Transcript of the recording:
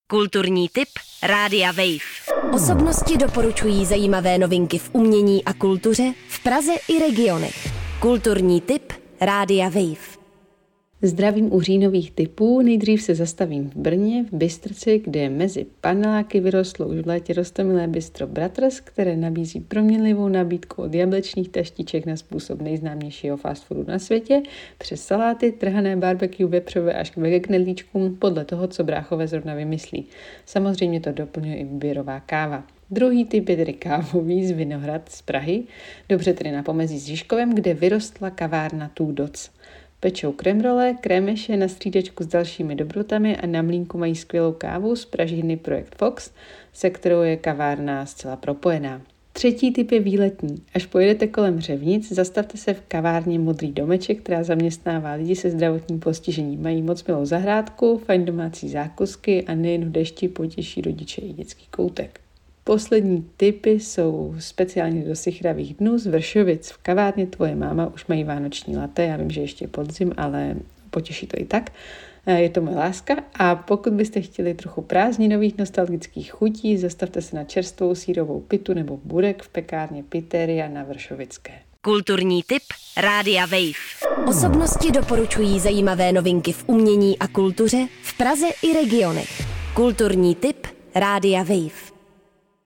Kulturní tip Rádia Wave. Osobnosti doporučují zajímavé novinky v umění a kultuře v Praze i regionech. Kulturní tip Rádia Wave. Zdravím u říjnových tipů. Nejdřív se zastavím v Brně, v Bystrci, kde mezi paneláky vyrostlo už v létě roztomilé bistro Bratr's, které nabízí proměnlivou nabídku od jablečných taštiček na způsob nejznámějšího fast foodu na světě, přes saláty, trhané barbecue, vepřové až k vegeknedlíčkům, podle toho, co bráchové zrovna vymyslí. Samozřejmě to doplňuje i výběrová káva. Druhý typ je tedy kávový z Vinohrad z Prahy, dobře tedy na pomezí s Žižkovem, kde vyrostla kavárna Two Dots. Pečou kremrole, krémeše na střídečku s dalšími dobrotami a na mlýnku mají skvělou kávu z pražírny Projekt Fox, se kterou je kavárna zcela propojená. Třetí typ je výletní. Až pojedete kolem Řevnic, zastavte se v kavárně Modrý domeček, která zaměstnává lidi se zdravotním postižením. Mají moc milou zahrádku, fajn domácí zákusky a nejen v dešti potěší rodiče i dětský koutek. Poslední tipy jsou speciálně do sichravých dnů z Vršovic. V kavárně Tvoje máma už mají vánoční latte, já vím, že ještě podzim, ale potěší to i tak. Je to moje láska a pokud byste chtěli trochu prázdninových nostalgických chutí, zastavte se na čerstvou sýrovou pitu nebo burek v pekárně Piteria na Vršovické. Kulturní tip Rádia Wave. Osobnosti doporučují zajímavé novinky v umění a kultuře v Praze i regionech. Kulturní tip Rádia Wave.